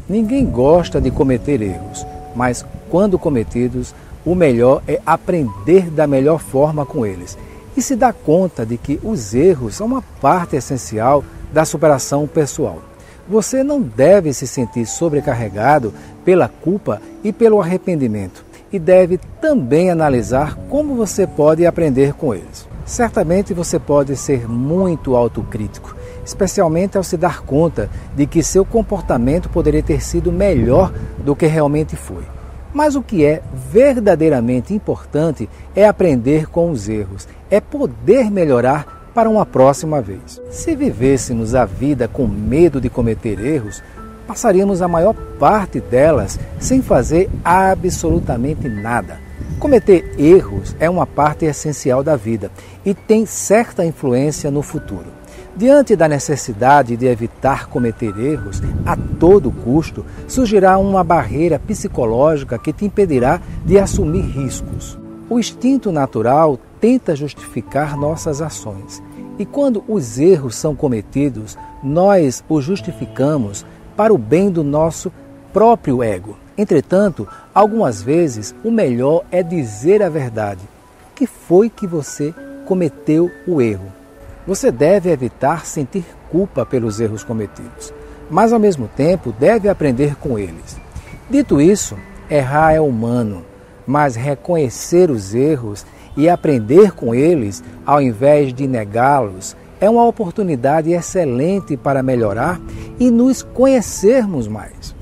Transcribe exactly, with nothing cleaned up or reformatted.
Ninguém gosta de cometer erros, mas quando cometidos, o melhor é aprender da melhor forma com eles e se dar conta de que os erros são uma parte essencial da superação pessoal. Você não deve se sentir sobrecarregado pela culpa e pelo arrependimento e deve também analisar como você pode aprender com eles. Certamente você pode ser muito autocrítico, especialmente ao se dar conta de que seu comportamento poderia ter sido melhor do que realmente foi. Mas o que é verdadeiramente importante é aprender com os erros, é poder melhorar para uma próxima vez. Se vivêssemos a vida com medo de cometer erros, passaríamos a maior parte delas sem fazer absolutamente nada. Cometer erros é uma parte essencial da vida e tem certa influência no futuro. Diante da necessidade de evitar cometer erros a todo custo, surgirá uma barreira psicológica que te impedirá de assumir riscos. O instinto natural tenta justificar nossas ações. E quando os erros são cometidos, nós os justificamos para o bem do nosso próprio ego. Entretanto, algumas vezes o melhor é dizer a verdade. Que foi que você cometeu o erro? Você deve evitar sentir culpa pelos erros cometidos, mas ao mesmo tempo deve aprender com eles. Dito isso, errar é humano, mas reconhecer os erros e aprender com eles, ao invés de negá-los, é uma oportunidade excelente para melhorar e nos conhecermos mais.